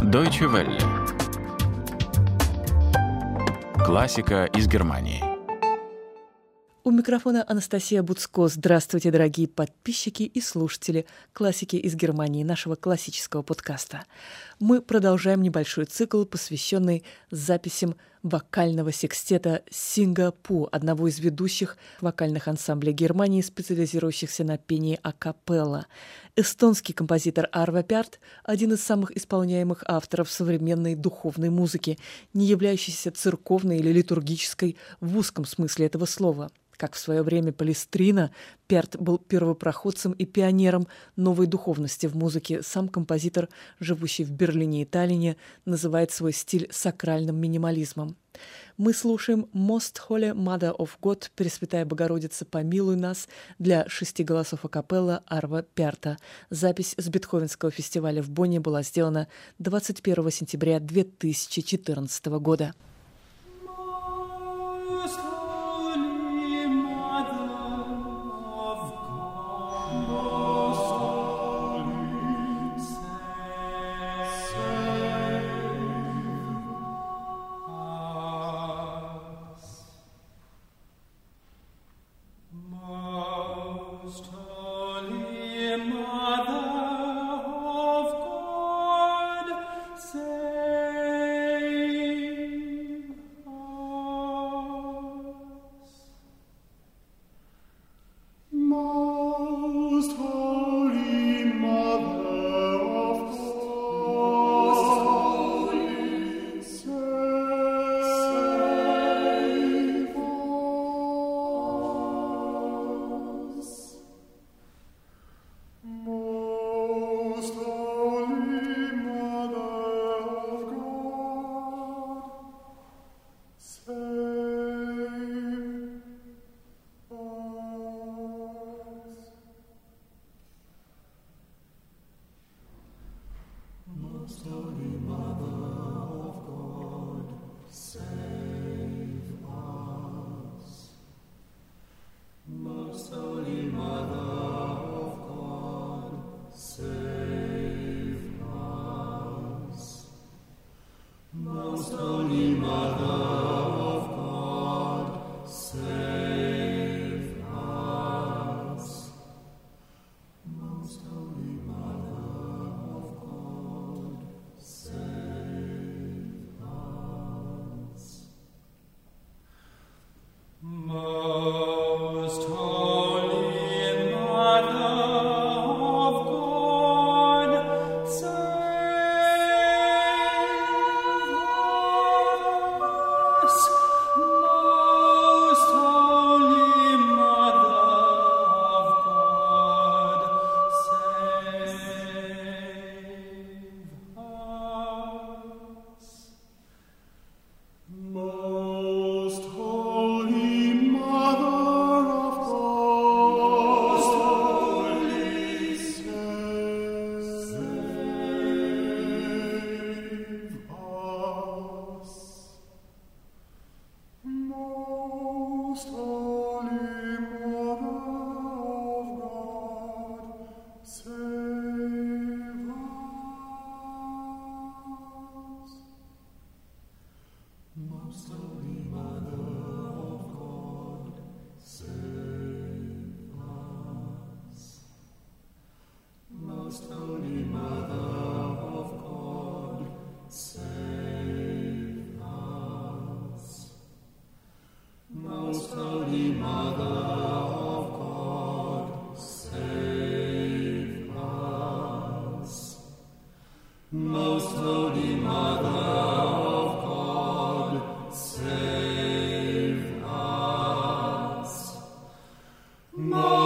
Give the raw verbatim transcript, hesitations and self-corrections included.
Deutsche Welle. Классика из Германии. У микрофона Анастасия Буцко. Здравствуйте, дорогие подписчики и слушатели классики из Германии, нашего классического подкаста. Мы продолжаем небольшой цикл, посвященный записям вокального секстета «Сингапур», одного из ведущих вокальных ансамблей Германии, специализирующихся на пении акапелла. Эстонский композитор Арво Пярт – один из самых исполняемых авторов современной духовной музыки, не являющейся церковной или литургической в узком смысле этого слова. Как в свое время Палестрина, Пярт был первопроходцем и пионером новой духовности в музыке. Сам композитор, живущий в Берлине и Таллине, называет свой стиль сакральным минимализмом. Мы слушаем «Most Holy Mother of God», «Пресвятая Богородица, помилуй нас» для шести голосов акапелла Арво Пярта. Запись с Бетховенского фестиваля в Бонне была сделана двадцать первого сентября две тысячи четырнадцатого года. No.